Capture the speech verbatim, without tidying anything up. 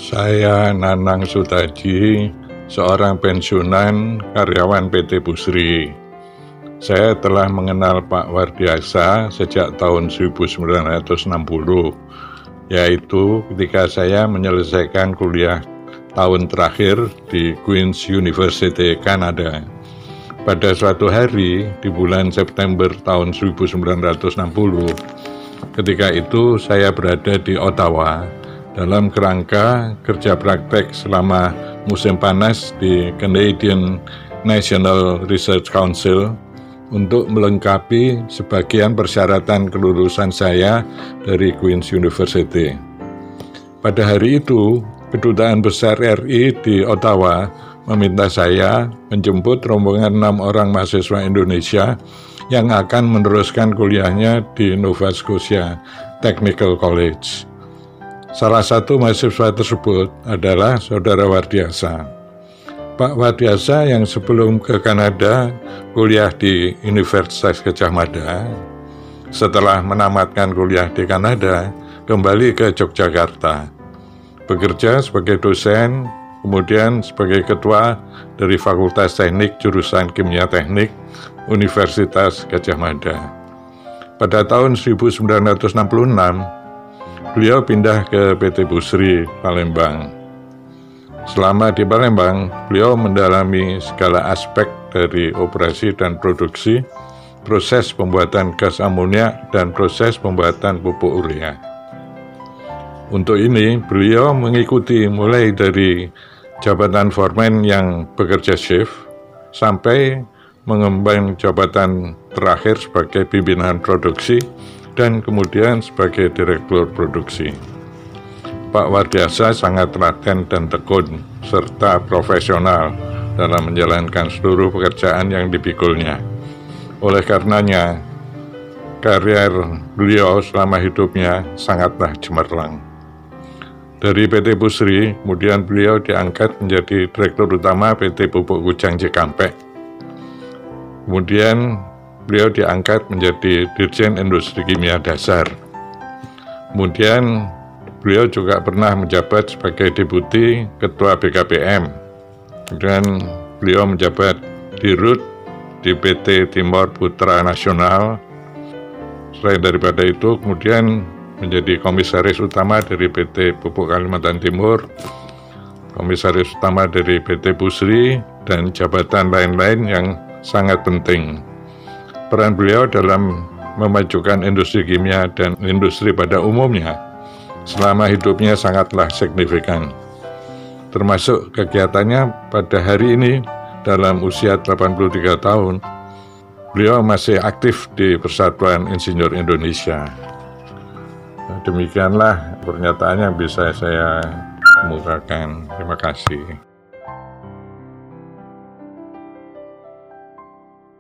Saya Nanang Sutaji, seorang pensiunan karyawan P T Busri. Saya telah mengenal Pak Wardiasa sejak tahun seribu sembilan ratus enam puluh, yaitu ketika saya menyelesaikan kuliah tahun terakhir di Queen's University, Kanada. Pada suatu hari di bulan September tahun seribu sembilan ratus enam puluh, ketika itu saya berada di Ottawa dalam kerangka kerja praktek selama musim panas di Canadian National Research Council untuk melengkapi sebagian persyaratan kelulusan saya dari Queen's University. Pada hari itu, Kedutaan Besar R I di Ottawa meminta saya menjemput rombongan enam orang mahasiswa Indonesia yang akan meneruskan kuliahnya di Nova Scotia Technical College. Salah satu mahasiswa tersebut adalah Saudara Wardiasa. Pak Wardiasa yang sebelum ke Kanada kuliah di Universitas Gadjah Mada, setelah menamatkan kuliah di Kanada, kembali ke Yogyakarta, bekerja sebagai dosen, kemudian sebagai ketua dari Fakultas Teknik jurusan Kimia Teknik Universitas Gadjah Mada. Pada tahun seribu sembilan ratus enam puluh enam, beliau pindah ke P T Busri, Palembang. Selama di Palembang, beliau mendalami segala aspek dari operasi dan produksi, proses pembuatan gas amoniak, dan proses pembuatan pupuk urea. Untuk ini, beliau mengikuti mulai dari jabatan foreman yang bekerja shift, sampai mengemban jabatan terakhir sebagai pimpinan produksi, dan kemudian sebagai direktur produksi. Pak Wardiasa sangat telaten dan tekun, serta profesional dalam menjalankan seluruh pekerjaan yang dipikulnya. Oleh karenanya, karier beliau selama hidupnya sangatlah cemerlang. Dari P T Busri, kemudian beliau diangkat menjadi Direktur Utama P T Pupuk Kujang Cikampek. Kemudian beliau diangkat menjadi Dirjen Industri Kimia Dasar. Kemudian beliau juga pernah menjabat sebagai Deputi Ketua B K P M. Kemudian beliau menjabat Dirut di P T Timor Putra Nasional. Selain daripada itu, kemudian menjadi Komisaris Utama dari P T Pupuk Kalimantan Timur, Komisaris Utama dari P T Busri, dan jabatan lain-lain yang sangat penting. Peran beliau dalam memajukan industri kimia dan industri pada umumnya selama hidupnya sangatlah signifikan. Termasuk kegiatannya pada hari ini dalam usia delapan puluh tiga tahun, beliau masih aktif di Persatuan Insinyur Indonesia. Demikianlah pernyataan yang bisa saya kemukakan. Terima kasih.